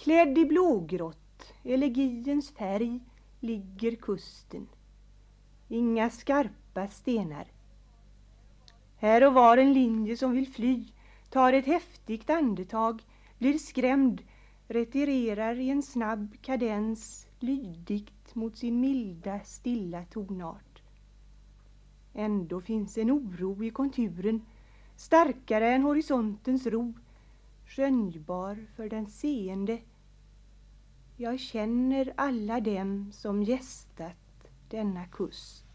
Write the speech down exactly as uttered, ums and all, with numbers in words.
Klädd i blågrått, elegiens färg, ligger kusten. Inga skarpa stenar. Här och var en linje som vill fly, tar ett häftigt andetag, blir skrämd, retirerar i en snabb kadens, lydigt mot sin milda, stilla tonart. Ändå finns en oro i konturen, starkare än horisontens ro, skönjbar för den seende. Jag känner alla dem som gästat denna kust.